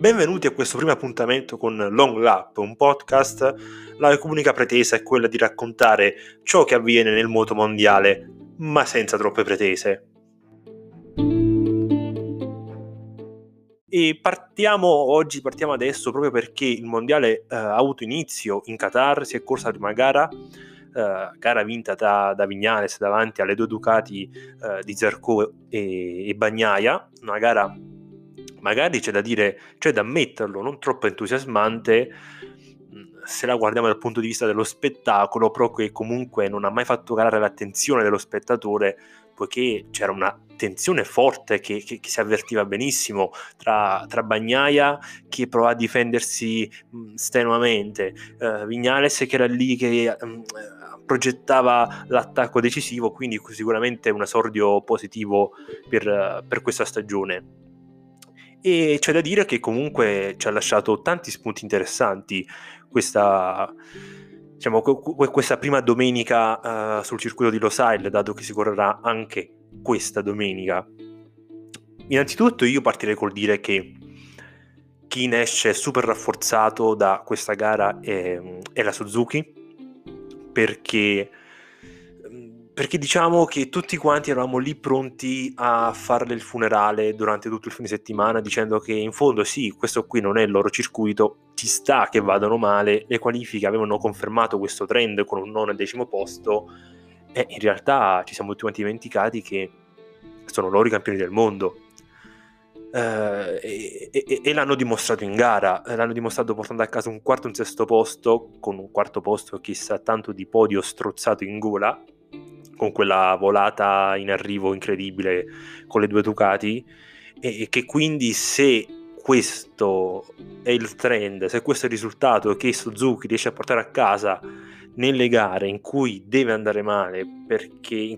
Benvenuti a questo primo appuntamento con Long Lap, un podcast la cui unica pretesa è quella di raccontare ciò che avviene nel moto mondiale, ma senza troppe pretese. E partiamo adesso proprio perché il mondiale ha avuto inizio in Qatar, si è corsa la prima gara vinta da Viñales davanti alle due Ducati di Zarco e Bagnaia, una gara magari c'è da dire, c'è da ammetterlo, non troppo entusiasmante se la guardiamo dal punto di vista dello spettacolo, però che comunque non ha mai fatto calare l'attenzione dello spettatore, poiché c'era una tensione forte che si avvertiva benissimo tra Bagnaia che provava a difendersi strenuamente, Viñales che era lì che progettava l'attacco decisivo, quindi sicuramente un esordio positivo per questa stagione. E c'è da dire che comunque ci ha lasciato tanti spunti interessanti questa prima domenica sul circuito di Losail, dato che si correrà anche questa domenica. Innanzitutto io partirei col dire che chi ne esce super rafforzato da questa gara è la Suzuki, perché diciamo che tutti quanti eravamo lì pronti a farle il funerale durante tutto il fine settimana, dicendo che in fondo sì, questo qui non è il loro circuito, ci sta che vadano male, le qualifiche avevano confermato questo trend con un nono e 10° posto, e in realtà ci siamo tutti quanti dimenticati che sono loro i campioni del mondo. E l'hanno dimostrato in gara, l'hanno dimostrato portando a casa un quarto e un sesto posto, con un quarto posto chissà tanto di podio strozzato in gola, con quella volata in arrivo incredibile con le due Ducati, e che quindi, se questo è il trend, se questo è il risultato che Suzuki riesce a portare a casa nelle gare in cui deve andare male perché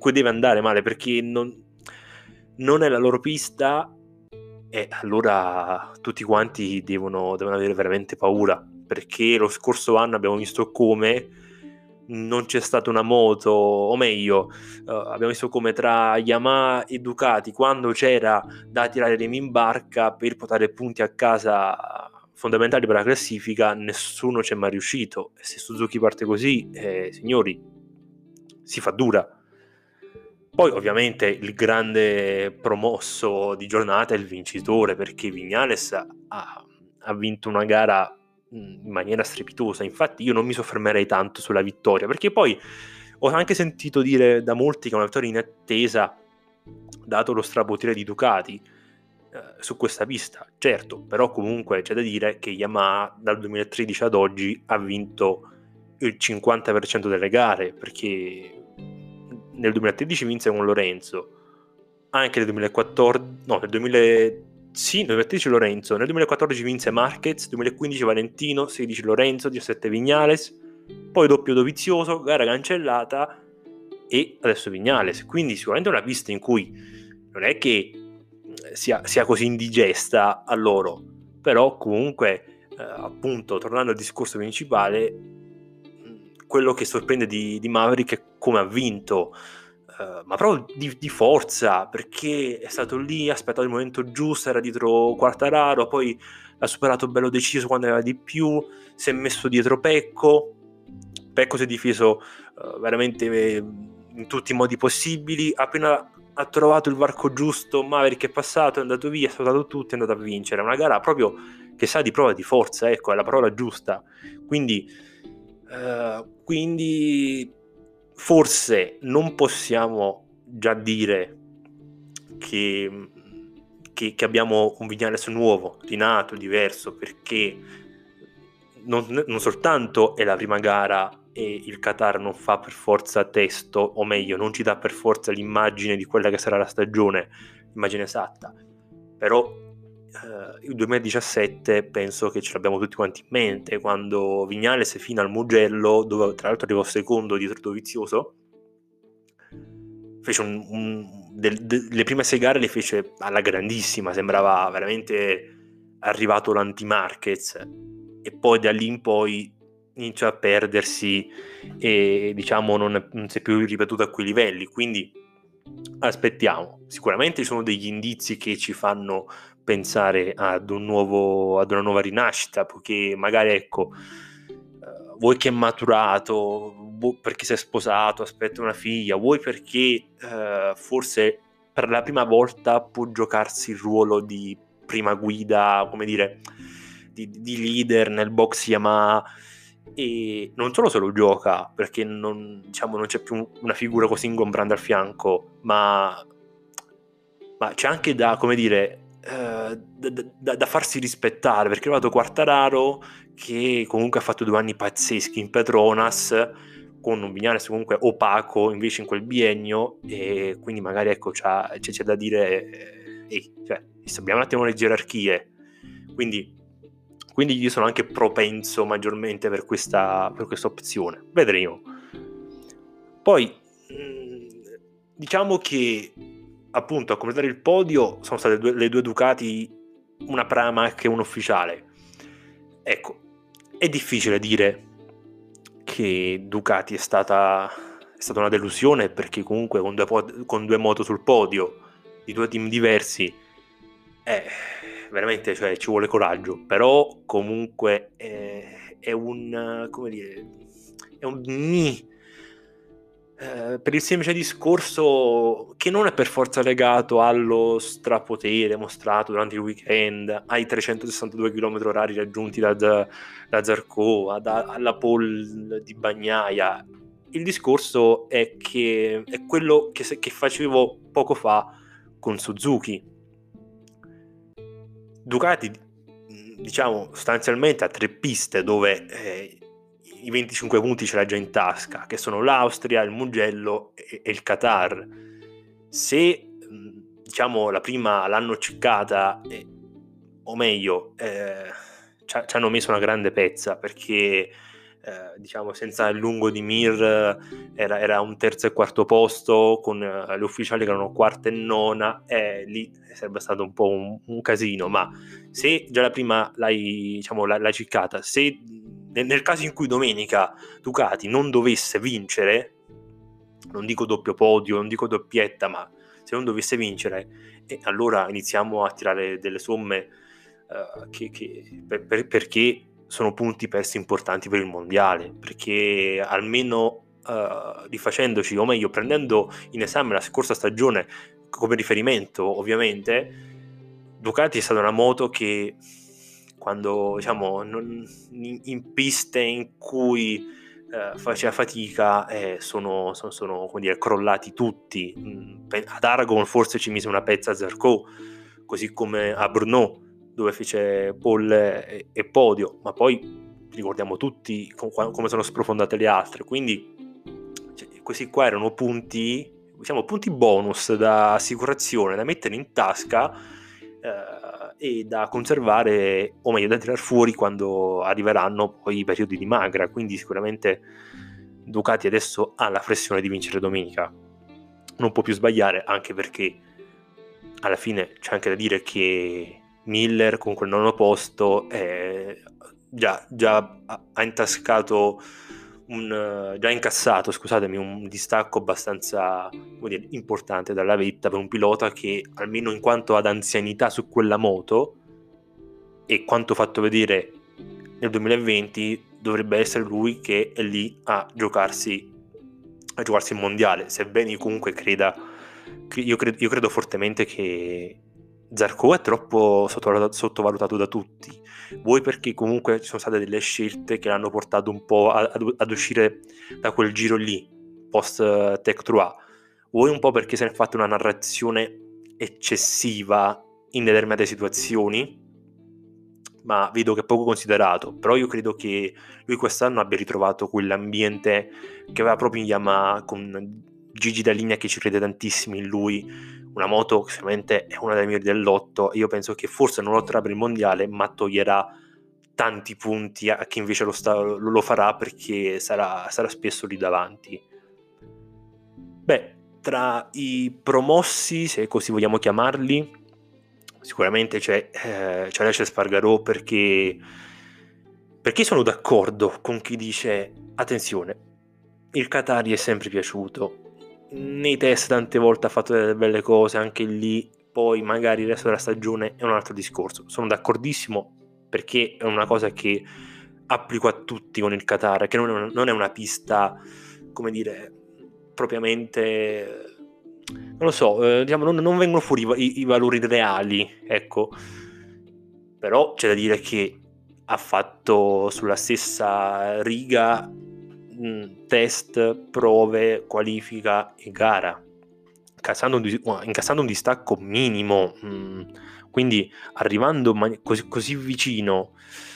non è la loro pista, e allora tutti quanti devono avere veramente paura, perché lo scorso anno abbiamo visto come non c'è stata una moto, o meglio, abbiamo visto come tra Yamaha e Ducati, quando c'era da tirare remi in barca per portare punti a casa fondamentali per la classifica, nessuno c'è mai riuscito. E se Suzuki parte così, signori, si fa dura. Poi ovviamente il grande promosso di giornata è il vincitore, perché Viñales ha vinto una gara in maniera strepitosa. Infatti io non mi soffermerei tanto sulla vittoria, perché poi ho anche sentito dire da molti che è una vittoria inattesa dato lo strapotere di Ducati su questa pista. Certo, però comunque c'è da dire che Yamaha dal 2013 ad oggi ha vinto il 50% delle gare, perché nel 2013 vinse con Lorenzo, anche nel 2014, no, nel 2013 Lorenzo, nel 2014 vinse Marquez, 2015 Valentino, 16 Lorenzo, 17 Viñales, poi doppio Dovizioso, gara cancellata, e adesso Viñales. Quindi sicuramente è una pista in cui non è che sia così indigesta a loro, però comunque appunto, tornando al discorso principale, quello che sorprende di Maverick è come ha vinto, ma proprio di forza, perché è stato lì, ha aspettato il momento giusto, era dietro Quartararo, poi l'ha superato bello deciso quando aveva di più, si è messo dietro Pecco si è difeso veramente in tutti i modi possibili, appena ha trovato il varco giusto Maverick è passato, è andato via, ha salutato tutti, è andato a vincere. È una gara proprio che sa di prova di forza, ecco, è la parola giusta. Quindi forse non possiamo già dire che abbiamo un Viñales nuovo, rinato, diverso, perché non soltanto è la prima gara e il Qatar non fa per forza testo, o meglio, non ci dà per forza l'immagine di quella che sarà la stagione, l'immagine esatta, però il 2017 penso che ce l'abbiamo tutti quanti in mente, quando Viñales fino al Mugello, dove tra l'altro arrivò secondo dietro Dovizioso, fece le prime 6 gare le fece alla grandissima, sembrava veramente arrivato l'anti-Marquez, e poi da lì in poi iniziò a perdersi e diciamo non si è più ripetuto a quei livelli. Quindi aspettiamo, sicuramente ci sono degli indizi che ci fanno pensare ad una nuova rinascita, perché magari ecco, vuoi che è maturato, perché si è sposato, aspetta una figlia, vuoi perché forse per la prima volta può giocarsi il ruolo di prima guida, come dire, di leader nel box Yamaha, e non solo se lo gioca, perché non c'è più una figura così ingombrante al fianco, ma c'è anche da, come dire, da farsi rispettare, perché è arrivato Quartararo, che comunque ha fatto 2 anni pazzeschi in Petronas, con un Viñales comunque opaco invece in quel biennio, e quindi magari ecco c'è da dire, cioè, abbiamo un attimo le gerarchie, quindi io sono anche propenso maggiormente per questa opzione, vedremo. Poi diciamo che appunto a completare il podio sono state le due Ducati, una Pramac e un ufficiale. Ecco, è difficile dire che Ducati è stata una delusione, perché comunque con due moto sul podio di 2 team diversi veramente, cioè, ci vuole coraggio, però comunque è un, come dire, è un per il semplice discorso che non è per forza legato allo strapotere mostrato durante il weekend, ai 362 km/h raggiunti da Zarco, alla pole di Bagnaia. Il discorso è che è quello che facevo poco fa con Suzuki. Ducati, diciamo, sostanzialmente ha 3 piste dove i 25 punti ce l'ha già in tasca, che sono l'Austria, il Mugello e il Qatar. Se diciamo la prima l'hanno ciccata, o meglio, ci hanno messo una grande pezza, perché diciamo senza il lungo di Mir era un terzo e quarto posto, con le ufficiali che erano quarta e nona, lì sarebbe stato un po' un casino. Ma se già la prima l'hai ciccata, se nel caso in cui domenica Ducati non dovesse vincere, non dico doppio podio, non dico doppietta, ma se non dovesse vincere, allora iniziamo a tirare delle somme perché sono punti persi importanti per il mondiale, perché almeno rifacendoci, o meglio prendendo in esame la scorsa stagione come riferimento, ovviamente Ducati è stata una moto che quando, diciamo, in piste in cui faceva fatica, sono come dire, crollati tutti. Ad Aragon forse ci mise una pezza Zarco, così come a Brno, dove fece pole e podio, ma poi ricordiamo tutti come sono sprofondate le altre. Quindi questi qua erano punti, diciamo, punti bonus da assicurazione da mettere in tasca e da conservare, o meglio da tirar fuori quando arriveranno poi i periodi di magra. Quindi sicuramente Ducati adesso ha la pressione di vincere domenica, non può più sbagliare, anche perché alla fine c'è anche da dire che Miller con quel nono posto già ha intascato già incassato, scusatemi, un distacco abbastanza, come dire, importante dalla vetta per un pilota che, almeno in quanto ad anzianità su quella moto e quanto fatto vedere nel 2020, dovrebbe essere lui che è lì a giocarsi il mondiale, sebbene io comunque io credo fortemente che Zarco è troppo sottovalutato da tutti, vuoi perché comunque ci sono state delle scelte che l'hanno portato un po' ad uscire da quel giro lì post Tech 3, vuoi un po' perché se ne è fatta una narrazione eccessiva in determinate situazioni, ma vedo che è poco considerato. Però io credo che lui quest'anno abbia ritrovato quell'ambiente che aveva proprio in Yamaha, con Gigi Dall'Igna che ci crede tantissimo in lui, una moto che sicuramente è una delle migliori del lotto. Io penso che forse non lotterà per il mondiale, ma toglierà tanti punti a chi invece lo farà, perché sarà spesso lì davanti. Beh, tra i promossi, se così vogliamo chiamarli, sicuramente c'è Aleix Espargaró, perché sono d'accordo con chi dice: attenzione, il Qatar gli è sempre piaciuto, nei test tante volte ha fatto delle belle cose, anche lì poi magari il resto della stagione è un altro discorso. Sono d'accordissimo, perché è una cosa che applico a tutti con il Qatar, che non è una pista, come dire, propriamente, non lo so, diciamo, non vengono fuori i valori reali, ecco. Però c'è da dire che ha fatto sulla stessa riga test, prove, qualifica e gara, incassando un distacco minimo, quindi arrivando così vicino,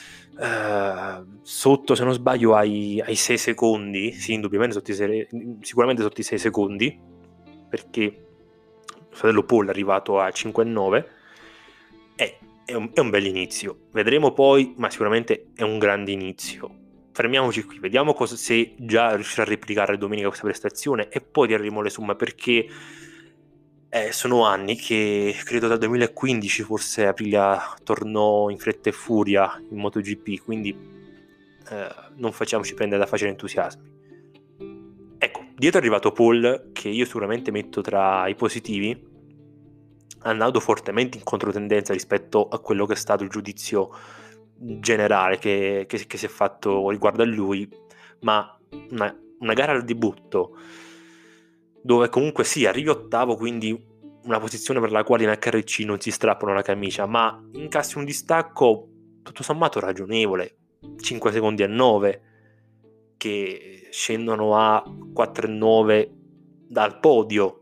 sotto, se non sbaglio, ai 6 secondi, sì, indubbiamente sicuramente sotto i 6 secondi, perché il fratello Paul è arrivato a 5,9. È un bel inizio. Vedremo poi, ma sicuramente è un grande inizio. Fermiamoci qui, vediamo se già riuscirà a replicare domenica questa prestazione e poi tireremo le somme, perché sono anni che, credo dal 2015 forse, Aprilia tornò in fretta e furia in MotoGP, quindi non facciamoci prendere da facili entusiasmi. Ecco, dietro è arrivato Paul, che io sicuramente metto tra i positivi, andando fortemente in controtendenza rispetto a quello che è stato il giudizio generale che si è fatto riguardo a lui, ma una gara al debutto dove comunque sì, arrivi ottavo, quindi una posizione per la quale in HRC non si strappano la camicia, ma incassi un distacco tutto sommato ragionevole, 5 secondi a 9, che scendono a 4,9 dal podio.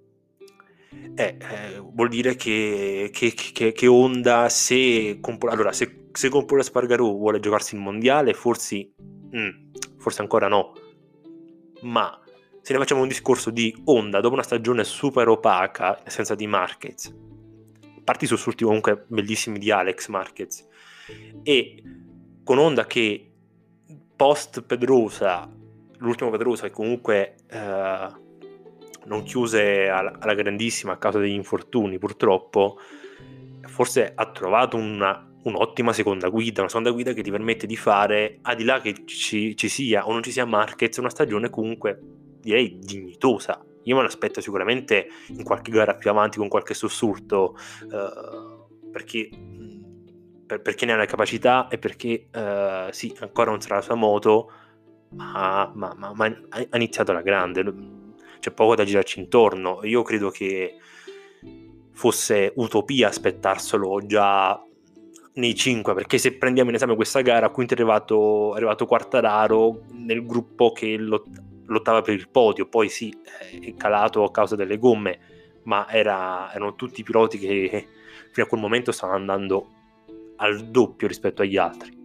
Vuol dire che Honda, se con Pol Espargaró vuole giocarsi il mondiale, forse ancora no, ma se ne facciamo un discorso di Honda dopo una stagione super opaca, senza di Marquez, parti su ultimo comunque bellissimi di Alex Marquez, e con Honda che post Pedrosa, l'ultimo Pedrosa, che comunque non chiuse alla grandissima a causa degli infortuni, purtroppo, forse ha trovato un'ottima seconda guida che ti permette di fare, al di là che ci sia o non ci sia Marquez, una stagione comunque direi dignitosa. Io me l'aspetto sicuramente in qualche gara più avanti con qualche sussulto, perché ne ha la capacità e perché sì, ancora non sarà la sua moto, ma ha iniziato alla grande. C'è poco da girarci intorno. Io credo che fosse utopia aspettarselo già nei 5, perché se prendiamo in esame questa gara, quinto è arrivato Quartararo nel gruppo che lottava per il podio, poi sì, è calato a causa delle gomme, ma erano tutti piloti che fino a quel momento stavano andando al doppio rispetto agli altri.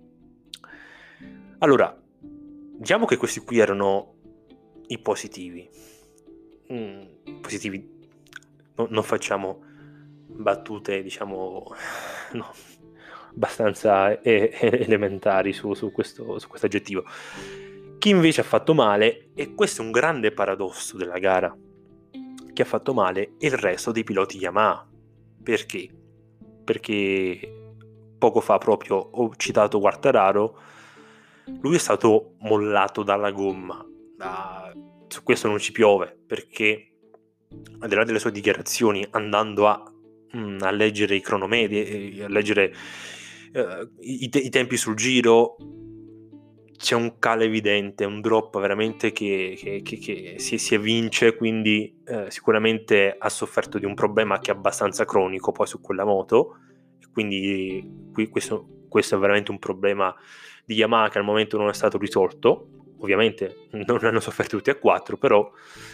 Allora, diciamo che questi qui erano i positivi. Positivi, non facciamo battute, diciamo, no, abbastanza elementari su questo aggettivo. Chi invece ha fatto male, e questo è un grande paradosso della gara, chi ha fatto male è il resto dei piloti Yamaha. Perché? Perché poco fa proprio ho citato Quartararo, lui è stato mollato dalla gomma. Su questo non ci piove, perché al di là delle sue dichiarazioni, andando a leggere i cronometri, a leggere i tempi sul giro, c'è un calo evidente, un drop veramente che si evince, quindi sicuramente ha sofferto di un problema che è abbastanza cronico poi su quella moto, e quindi questo è veramente un problema di Yamaha che al momento non è stato risolto. Ovviamente non hanno sofferto tutti e 4, però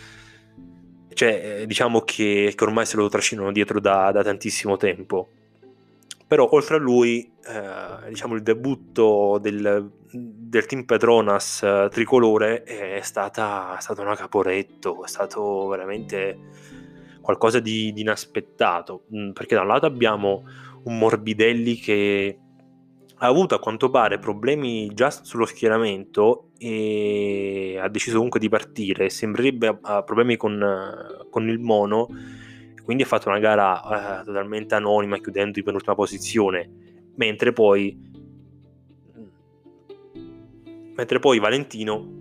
diciamo che ormai se lo trascinano dietro da tantissimo tempo. Però oltre a lui, diciamo, il debutto del team Petronas tricolore è stata una Caporetto, è stato veramente qualcosa di inaspettato, perché da un lato abbiamo un Morbidelli che ha avuto a quanto pare problemi già sullo schieramento e ha deciso comunque di partire, sembrerebbe ha problemi con il mono, quindi ha fatto una gara totalmente anonima, chiudendo in penultima posizione, mentre poi Valentino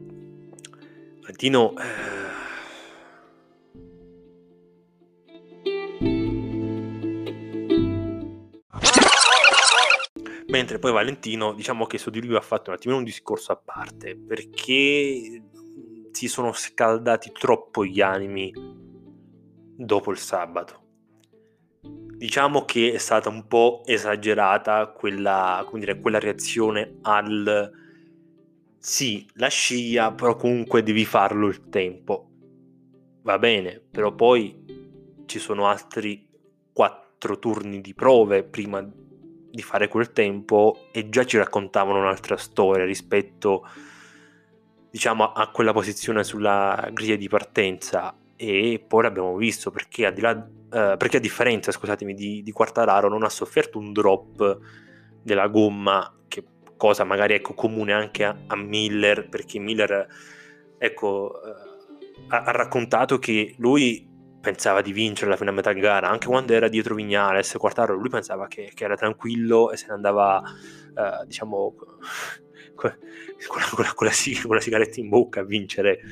mentre poi Valentino, diciamo che su di lui ha fatto un attimino un discorso a parte, perché si sono scaldati troppo gli animi dopo il sabato. Diciamo che è stata un po' esagerata quella reazione al sì, la scia, però comunque devi farlo il tempo. Va bene, però poi ci sono altri 4 turni di prove prima di fare quel tempo e già ci raccontavano un'altra storia rispetto, diciamo, a quella posizione sulla griglia di partenza. E poi l'abbiamo visto perché perché a differenza, scusatemi, di Quartararo non ha sofferto un drop della gomma, che cosa magari ecco comune anche a Miller, perché Miller ecco ha raccontato che lui pensava di vincere la fine a metà gara, anche quando era dietro Vignales, Quartararo, lui pensava che era tranquillo e se ne andava diciamo con la sigaretta in bocca a vincere.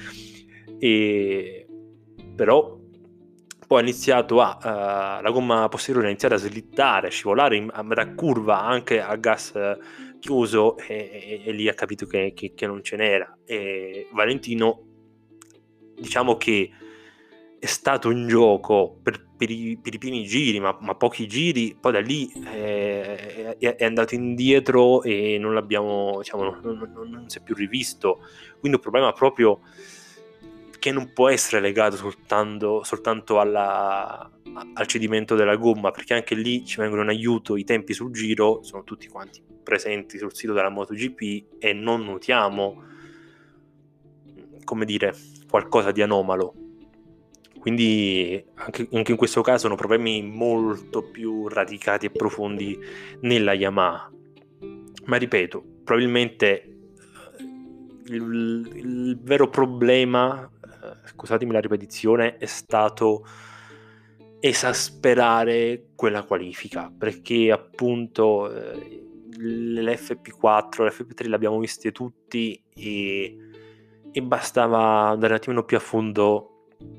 Però poi ha iniziato la gomma posteriore ha iniziato a slittare, a scivolare a metà curva anche a gas chiuso e lì ha capito che non ce n'era. E Valentino, diciamo che è stato in gioco per i primi giri, ma pochi giri, poi da lì è andato indietro e non l'abbiamo, diciamo, non si è più rivisto. Quindi un problema proprio che non può essere legato soltanto al cedimento della gomma, perché anche lì ci vengono in aiuto i tempi sul giro, sono tutti quanti presenti sul sito della MotoGP e non notiamo, come dire, qualcosa di anomalo. Quindi anche in questo caso sono problemi molto più radicati e profondi nella Yamaha. Ma ripeto, probabilmente il vero problema, scusatemi la ripetizione, è stato esasperare quella qualifica, perché appunto l'FP4, l'FP3 l'abbiamo viste tutti e bastava andare un attimino più a fondo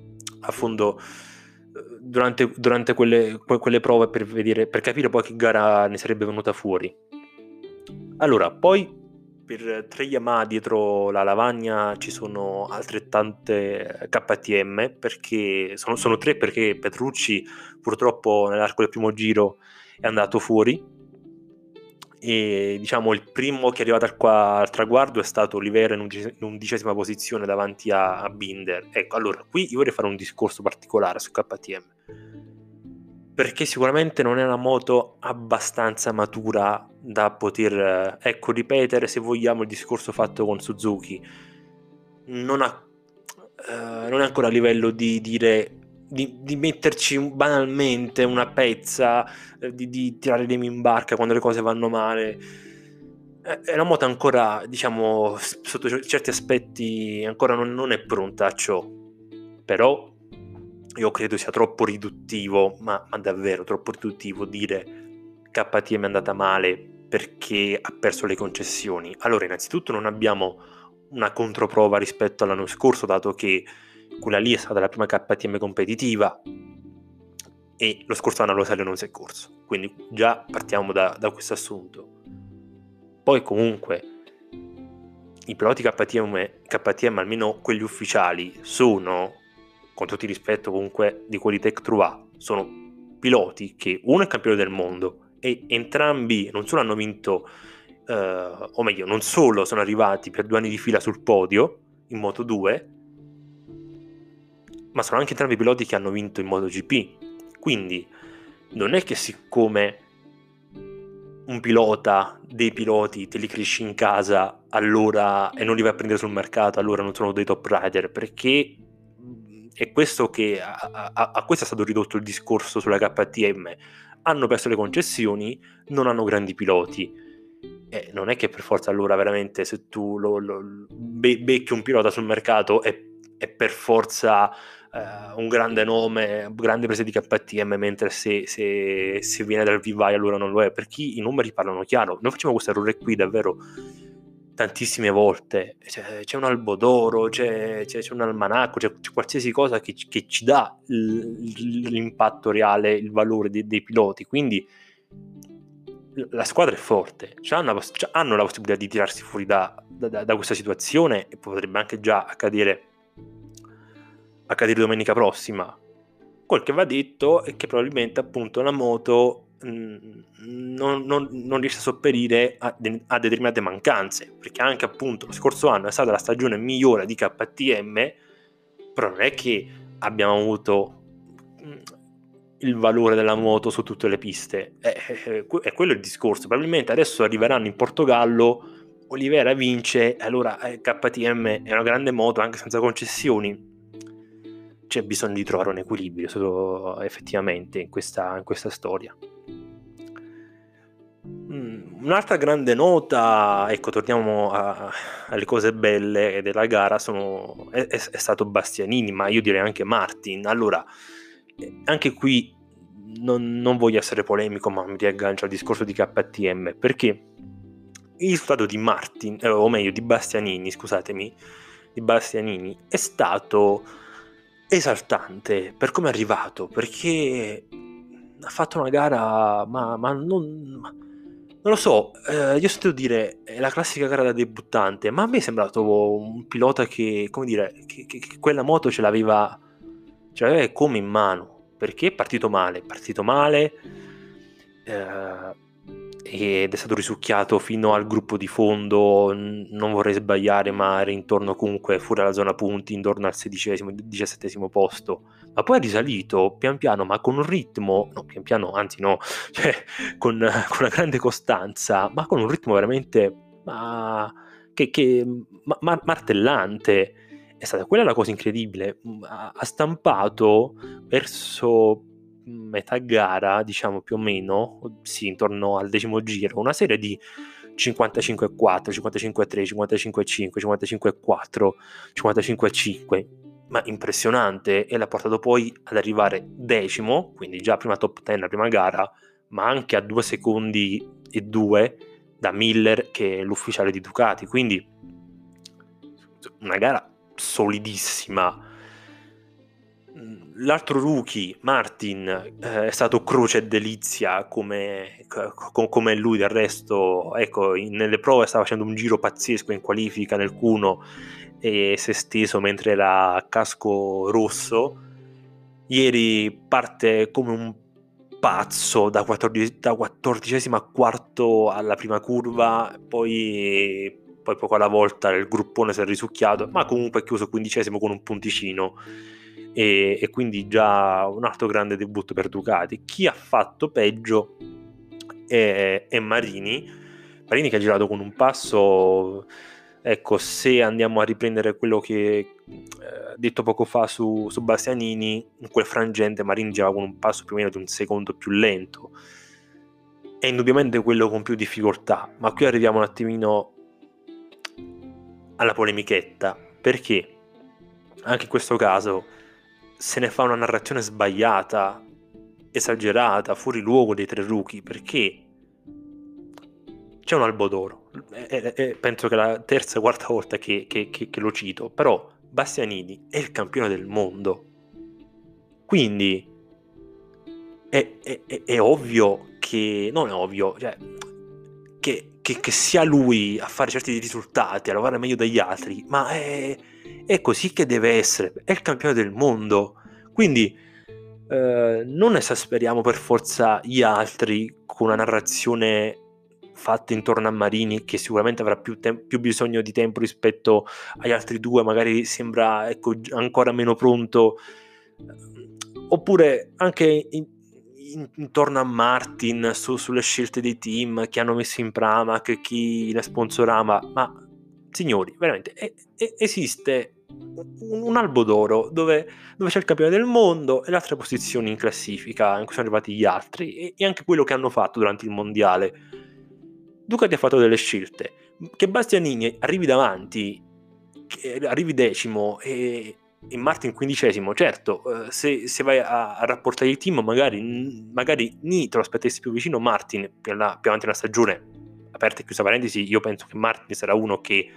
durante quelle prove per capire poi che gara ne sarebbe venuta fuori. Allora, poi per 3 Yamaha dietro la lavagna ci sono altrettante KTM, perché sono 3, perché Petrucci purtroppo nell'arco del primo giro è andato fuori e diciamo il primo che è arrivato al traguardo è stato Oliveira in 11ª posizione davanti a Binder. Ecco, allora qui io vorrei fare un discorso particolare su KTM, perché sicuramente non è una moto abbastanza matura da poter ripetere, se vogliamo, il discorso fatto con Suzuki. Non è ancora a livello di dire di metterci banalmente una pezza, di tirare remi in barca quando le cose vanno male. È una moto ancora, diciamo, sotto certi aspetti ancora non è pronta a ciò. Però io credo sia troppo riduttivo, ma davvero troppo riduttivo dire KTM è andata male perché ha perso le concessioni. Allora, innanzitutto non abbiamo una controprova rispetto all'anno scorso, dato che quella lì è stata la prima KTM competitiva e lo scorso anno all'Osario non si è corso. Quindi già partiamo da questo assunto. Poi comunque i piloti KTM, almeno quelli ufficiali, sono, con tutto il rispetto comunque di quelli Tech Trois, sono piloti che uno è campione del mondo e entrambi non solo hanno vinto, o meglio, non solo sono arrivati per 2 anni di fila sul podio in Moto2, ma sono anche entrambi piloti che hanno vinto in MotoGP. Quindi non è che siccome un pilota, dei piloti te li cresci in casa allora e non li vai a prendere sul mercato, allora non sono dei top rider, perché è questo che a questo è stato ridotto il discorso sulla KTM. Hanno perso le concessioni, non hanno grandi piloti. Non è che per forza allora veramente se tu becchi un pilota sul mercato è per forza un grande nome, grande presa di KTM, mentre se viene dal vivaio allora non lo è, perché i numeri parlano chiaro. Noi facciamo questo errore qui davvero tantissime volte. C'è un albodoro, c'è un almanacco, c'è qualsiasi cosa che ci dà l'impatto reale, il valore dei piloti. Quindi la squadra è forte, hanno la possibilità di tirarsi fuori da questa situazione, e potrebbe anche già accadere domenica prossima. Quel che va detto è che probabilmente appunto la moto non riesce a sopperire a determinate mancanze, perché anche appunto lo scorso anno è stata la stagione migliore di KTM, però non è che abbiamo avuto il valore della moto su tutte le piste. È quello il discorso. Probabilmente adesso arriveranno in Portogallo, Oliveira vince, allora KTM è una grande moto anche senza concessioni. C'è bisogno di trovare un equilibrio effettivamente in questa storia. Un'altra grande nota, ecco, torniamo alle cose belle della gara, è stato Bastianini, ma io direi anche Martin. Allora, anche qui non voglio essere polemico, ma mi riaggancio al discorso di KTM, perché il risultato di Martin, o meglio di Bastianini, scusatemi, è stato esaltante per come è arrivato, perché ha fatto una gara, ma non lo so, io ho sentito dire è la classica gara da debuttante, ma a me è sembrato un pilota che, come dire, che quella moto ce l'aveva come in mano, perché è partito male, ed è stato risucchiato fino al gruppo di fondo, non vorrei sbagliare, ma era intorno comunque fuori dalla zona punti, intorno al 16esimo, 17esimo posto, ma poi è risalito pian piano, ma con un ritmo, no, pian piano, anzi no, cioè con una grande costanza, ma con un ritmo veramente martellante. È stata quella la cosa incredibile. Ha stampato verso metà gara, diciamo più o meno, sì, intorno al 10° giro, una serie di 55,4, 55,3, 55,5, 55,4, 55,5, ma impressionante, e l'ha portato poi ad arrivare 10°, quindi già prima top 10 la prima gara, ma anche a 2 secondi e 2 da Miller, che è l'ufficiale di Ducati, quindi una gara solidissima. L'altro rookie, Martin, è stato croce e delizia come lui. Del resto, ecco, nelle prove stava facendo un giro pazzesco in qualifica nel Q1 e si è steso mentre era a casco rosso. Ieri parte come un pazzo da 14esimo a quarto alla prima curva, poi poco alla volta il gruppone si è risucchiato, ma comunque è chiuso 15esimo con un punticino, e quindi già un altro grande debutto per Ducati. Chi ha fatto peggio è Marini che ha girato con un passo, ecco, se andiamo a riprendere quello che detto poco fa su Bastianini, in quel frangente Marini girava con un passo più o meno di un secondo più lento, è indubbiamente quello con più difficoltà, ma qui arriviamo un attimino alla polemichetta, perché anche in questo caso se ne fa una narrazione sbagliata, esagerata, fuori luogo dei tre rookie, perché c'è un albo d'oro, penso che è la terza o quarta volta che lo cito, però Bastianini è il campione del mondo, quindi è ovvio che, non è ovvio, cioè, che sia lui a fare certi risultati, a lavorare meglio degli altri, ma è così che deve essere, è il campione del mondo, quindi non esasperiamo per forza gli altri con una narrazione fatta intorno a Marini, che sicuramente avrà più bisogno di tempo rispetto agli altri due, magari sembra, ecco, ancora meno pronto, oppure anche intorno a Martin, sulle scelte dei team, chi hanno messo in Pramac, chi ne sponsorava, ma signori, veramente esiste un albo d'oro dove c'è il campione del mondo e le altre posizioni in classifica in cui sono arrivati gli altri, e anche quello che hanno fatto durante il mondiale. Ducati ha fatto delle scelte, che Bastianini arrivi davanti, che arrivi decimo e Martin 15esimo, certo, se vai a rapportare il team, magari te lo aspettessi più vicino Martin più avanti nella stagione. Aperta e chiusa parentesi, io penso che Martin sarà uno che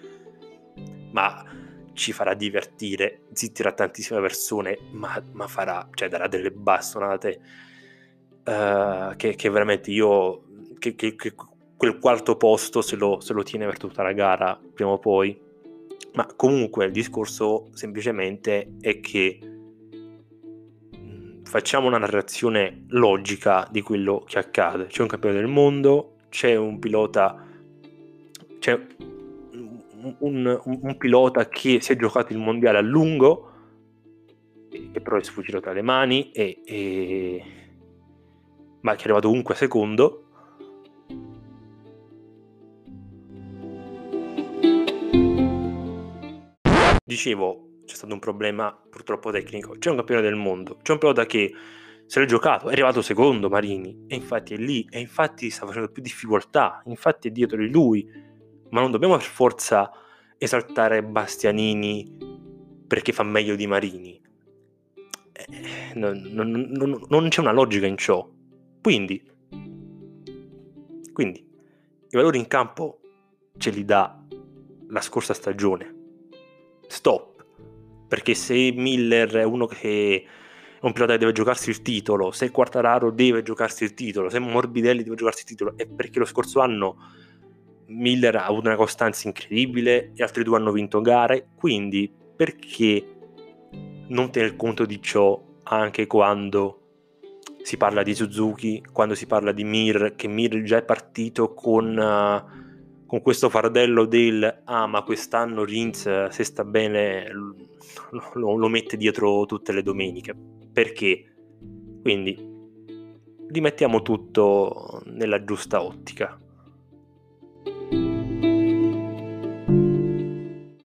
ci farà divertire, zittirà tantissime persone, ma farà, cioè darà delle bastonate che veramente io che quel quarto posto se lo tiene per tutta la gara, prima o poi. Ma comunque il discorso semplicemente è che facciamo una narrazione logica di quello che accade. C'è un campione del mondo, c'è un pilota, c'è un pilota che si è giocato il mondiale a lungo, che però è sfuggito tra le mani, ma che è arrivato comunque secondo. Dicevo, c'è stato un problema purtroppo tecnico. C'è un campione del mondo, c'è un pilota che se l'è giocato, è arrivato secondo Marini, e infatti è lì, e infatti sta facendo più difficoltà, infatti è dietro di lui, ma non dobbiamo per forza esaltare Bastianini perché fa meglio di Marini. Non c'è una logica in ciò. Quindi i valori in campo ce li dà la scorsa stagione. Stop. Perché se Miller è uno che è un pilota che deve giocarsi il titolo, se Quartararo deve giocarsi il titolo, se Morbidelli deve giocarsi il titolo, è perché lo scorso anno Miller ha avuto una costanza incredibile e altri due hanno vinto gare. Quindi perché non tener conto di ciò anche quando si parla di Suzuki, quando si parla di Mir, che Mir già è partito con questo fardello del ma quest'anno Rins, se sta bene, lo mette dietro tutte le domeniche. Perché? Quindi rimettiamo tutto nella giusta ottica.